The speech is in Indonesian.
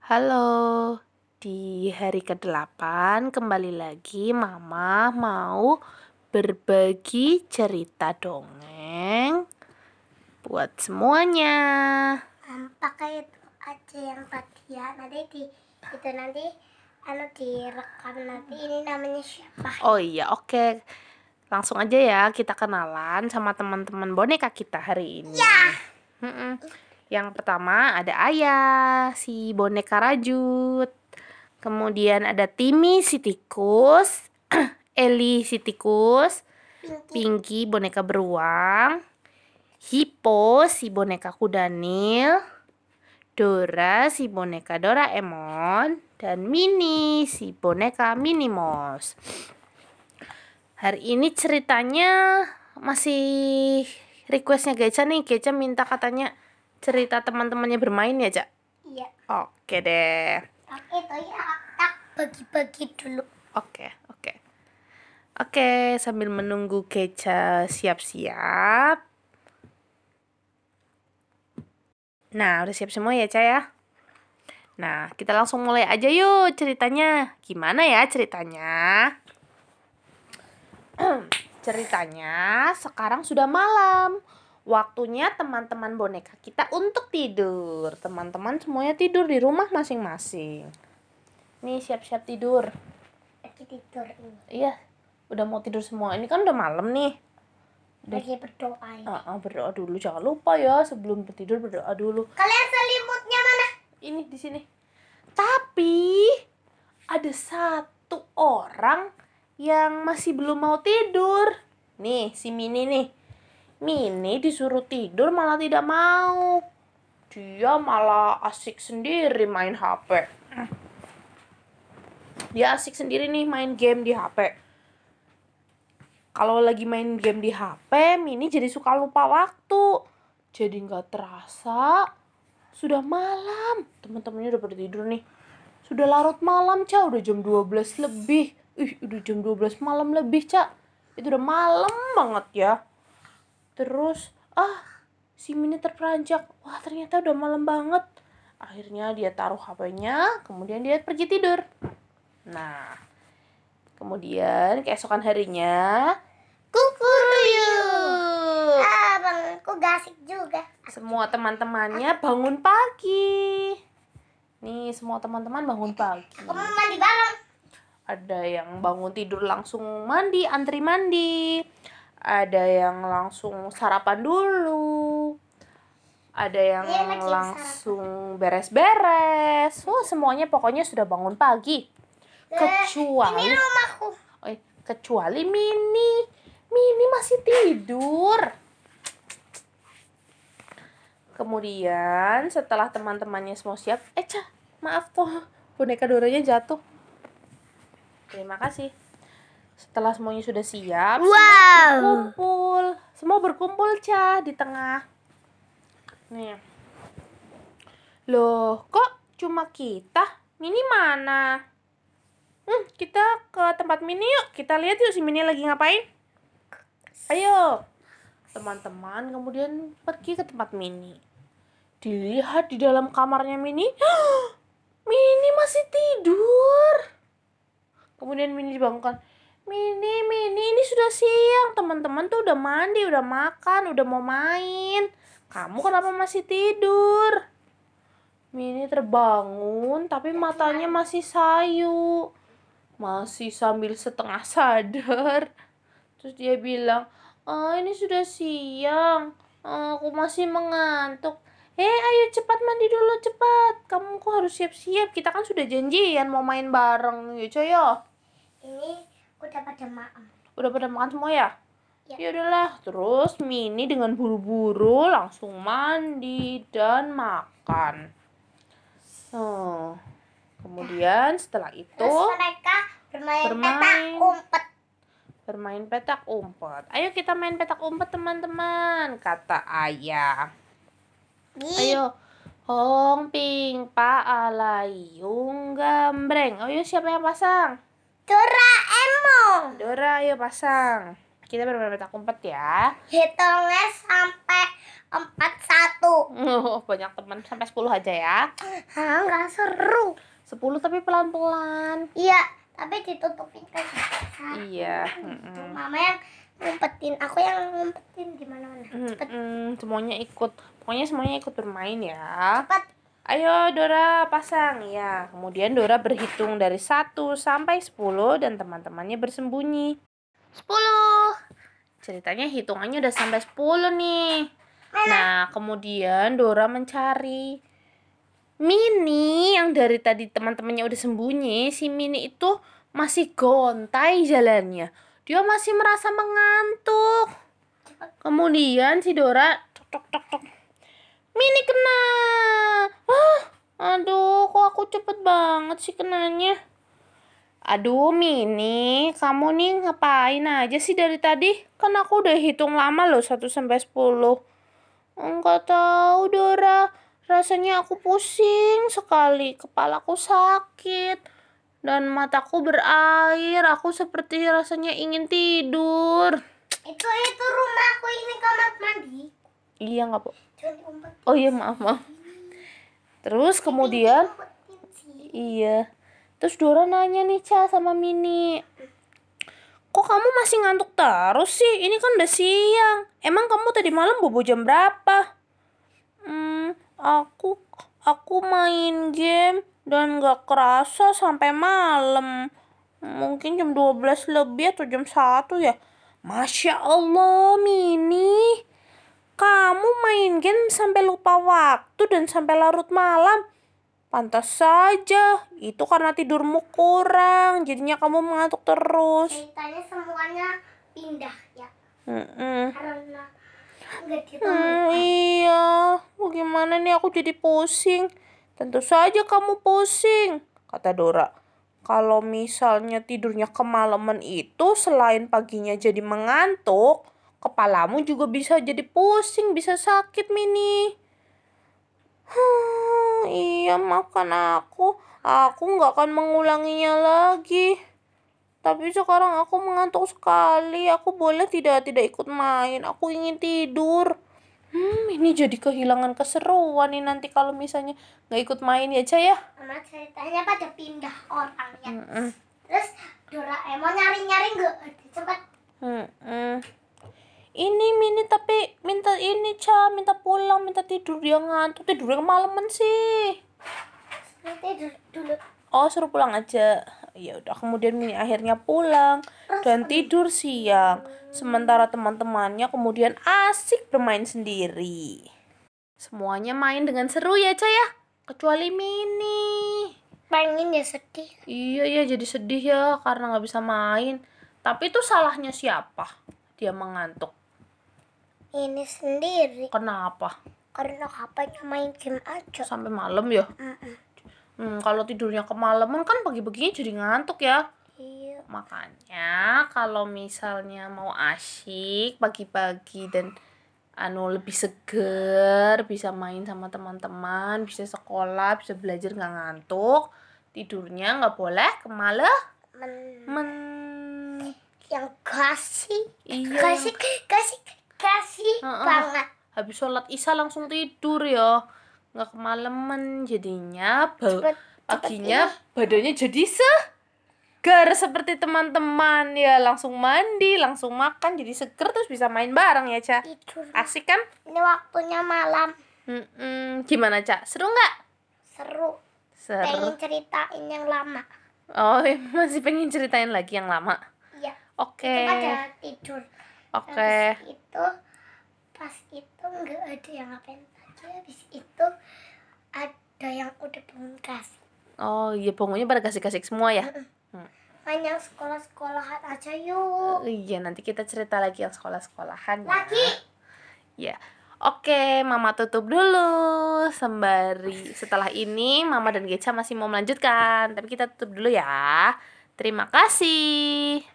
Halo, di hari ke-8 kembali lagi Mama mau berbagi cerita dongeng buat semuanya. Pakai itu aja yang tadi ya, nanti direkam nanti ini namanya siapa. Oh iya, oke. Langsung aja ya kita kenalan sama teman-teman boneka kita hari ini. Ya. Yang pertama ada Ayah, si boneka rajut. Kemudian ada Timmy si tikus, Eli si tikus, Pinky boneka beruang, Hippo si boneka kuda Nil, Dora si boneka Doraemon, dan Minnie si boneka Minnie Mouse. Hari ini ceritanya masih requestnya Geca nih. Geca minta katanya cerita teman-temannya bermain ya, Cak? Iya. Oke deh. Itu ya, tak bagi-bagi dulu. Oke, sambil menunggu Geca siap-siap. Nah, udah siap semua ya, Cak ya? Nah, kita langsung mulai aja yuk ceritanya. Gimana ya ceritanya? Ceritanya sekarang sudah malam. Waktunya teman-teman boneka kita untuk tidur. Teman-teman semuanya tidur di rumah masing-masing. Nih, siap-siap tidur. Lagi tidur ini. Iya, udah mau tidur semua. Ini kan udah malam nih. Lagi berdoa ini. Berdoa dulu. Jangan lupa ya, sebelum tidur berdoa dulu. Kalian selimutnya mana? Ini di sini. Tapi ada satu orang yang masih belum mau tidur. Nih, si Mini nih. Mini disuruh tidur malah tidak mau. Dia malah asik sendiri main HP. Dia asik sendiri nih main game di HP. Kalau lagi main game di HP, Mini jadi suka lupa waktu. Jadi nggak terasa sudah malam. Teman-temannya udah pada tidur nih. Sudah larut malam, Ca. Udah jam 12 lebih. Udah jam 12 malam lebih, Ca. Itu udah malam banget ya. Terus, si Mini terperanjak. Wah, ternyata udah malam banget. Akhirnya dia taruh HP-nya, kemudian dia pergi tidur. Nah, kemudian keesokan harinya, Kukuruyuk. Bangku gasik juga. semua teman-temannya bangun pagi. Nih, semua teman-teman bangun pagi. Aku mau mandi bareng. Ada yang bangun tidur langsung mandi, antri mandi. Ada yang langsung sarapan dulu. Ada yang langsung beres-beres. Semuanya pokoknya sudah bangun pagi. Kecuali ini rumahku. Kecuali Mini. Mini masih tidur. Kemudian setelah teman-temannya semua siap, Ca, maaf toh boneka Doranya jatuh. Terima kasih. Setelah semuanya sudah siap, semua berkumpul, Ca, di tengah. Nih. Loh, kok cuma kita? Mini mana? Kita ke tempat Mini yuk. Kita lihat yuk si Mini lagi ngapain. Ayo. Teman-teman kemudian pergi ke tempat Mini. Dilihat di dalam kamarnya Mini. Mini masih tidur. Kemudian Mini dibangunkan. Mini, ini sudah siang. Teman-teman tuh udah mandi, udah makan, udah mau main. Kamu kenapa masih tidur? Mini terbangun, tapi matanya masih sayu. Masih sambil setengah sadar. Terus dia bilang, ini sudah siang. Aku masih mengantuk. Ayo cepat mandi dulu, cepat. Kamu kok harus siap-siap. Kita kan sudah janjian mau main bareng. Ya, Coyo. Ini udah pada makan. Udah pada makan semua ya? Ya udahlah. Terus Mini dengan buru-buru langsung mandi dan makan. Kemudian setelah itu terus mereka bermain petak umpet. Ayo kita main petak umpet teman-teman, kata Ayah. Ayo. Hong ping pa alayung gambreng. Ayo siapa yang pasang? Doraemon. Dora, ayo pasang. Kita bermain petak umpet ya. Hitungnya sampai 41. Banyak teman, sampai 10 aja ya. Nggak seru. 10 tapi pelan-pelan. Iya, tapi ditutupin kan. Iya. Mama yang ngumpetin, aku yang ngumpetin gimana-mana. Cepet. Semuanya ikut. Pokoknya semuanya ikut bermain ya. Cepat. Ayo Dora pasang ya. Kemudian Dora berhitung dari 1 sampai 10 dan teman-temannya bersembunyi. 10. Ceritanya hitungannya udah sampai 10 nih. Nah, kemudian Dora mencari Mini yang dari tadi teman-temannya udah sembunyi. Si Mini itu masih gontai jalannya. Dia masih merasa mengantuk. Kemudian si Dora tok tok tok tok. Mini kena. Aduh, kok aku cepet banget sih kenanya. Aduh, Mini, kamu nih ngapain aja sih dari tadi? Kan aku udah hitung lama loh 1 sampai 10. Enggak tahu, Dora. Rasanya aku pusing sekali, kepalaku sakit dan mataku berair. Aku seperti rasanya ingin tidur. Itu rumahku, ini kamar mandi. Iya, nggak, Po? Jangan diumpetin. Oh iya, maaf. Terus kemudian iya. Terus Dora nanya nih, Ca, sama Mini. Kok kamu masih ngantuk terus sih? Ini kan udah siang. Emang kamu tadi malam bobo jam berapa? Aku main game dan gak kerasa sampai malam. Mungkin jam 12 lebih atau jam 1 ya. Masya Allah, Mini. Kamu main game sampai lupa waktu dan sampai larut malam. Pantas saja, itu karena tidurmu kurang, jadinya kamu mengantuk terus. Ceritanya semuanya pindah ya. Karena nggak Iya, bagaimana nih aku jadi pusing. Tentu saja kamu pusing, kata Dora. Kalau misalnya tidurnya kemalaman itu selain paginya jadi mengantuk, kepalamu juga bisa jadi pusing, bisa sakit, Mini. Iya, maafkan aku. Aku nggak akan mengulanginya lagi. Tapi sekarang aku mengantuk sekali. Aku boleh tidak ikut main. Aku ingin tidur. Ini jadi kehilangan keseruan nih nanti kalau misalnya nggak ikut main ya, Ca ya. Karena ceritanya pada pindah orang ya. Terus Doraemon nyari-nyari nggak ada. Cepat. Ini Mini tapi minta ini, Ca, minta pulang, minta tidur. Dia ngantuk, tidurnya kemalaman sih. Tidur dulu. Oh, suruh pulang aja. Ya udah, kemudian Mini akhirnya pulang dan tidur siang. Sementara teman-temannya kemudian asik bermain sendiri. Semuanya main dengan seru ya, Ca ya. Kecuali Mini. Pengen ya, sedih. Iya ya, jadi sedih ya karena nggak bisa main. Tapi itu salahnya siapa? Dia mengantuk. Ini sendiri. Kenapa? Karena HP-nya main game aja. Sampai malam ya? Kalau tidurnya kemalaman kan pagi-paginya jadi ngantuk ya. Iya. Makanya kalau misalnya mau asyik pagi-pagi dan lebih seger, bisa main sama teman-teman, bisa sekolah, bisa belajar nggak ngantuk, tidurnya nggak boleh kemalaman. Yang kasih. Iya. Kasih banget. Habis sholat isya langsung tidur ya, nggak kemalaman, jadinya paginya badannya jadi segar seperti teman-teman ya, langsung mandi, langsung makan, jadi seger terus bisa main bareng ya, Ca. Tidur. Asik kan? Ini waktunya malam. Gimana, Ca? Seru nggak? Seru. Seru. Pengen ceritain yang lama. Oh, masih pengen ceritain lagi yang lama? Iya. Oke. Itu pada tidur. Oke. Pas itu nggak ada yang ngapain lagi. Habis itu ada yang udah bangun kasih. Oh iya, pokoknya pada kasih-kasih semua ya. Main yang sekolah-sekolahan aja yuk. Iya, nanti kita cerita lagi yang sekolah-sekolahan ya. Lagi. Ya. Oke, Mama tutup dulu. Sembari setelah ini Mama dan Geca masih mau melanjutkan, tapi kita tutup dulu ya. Terima kasih.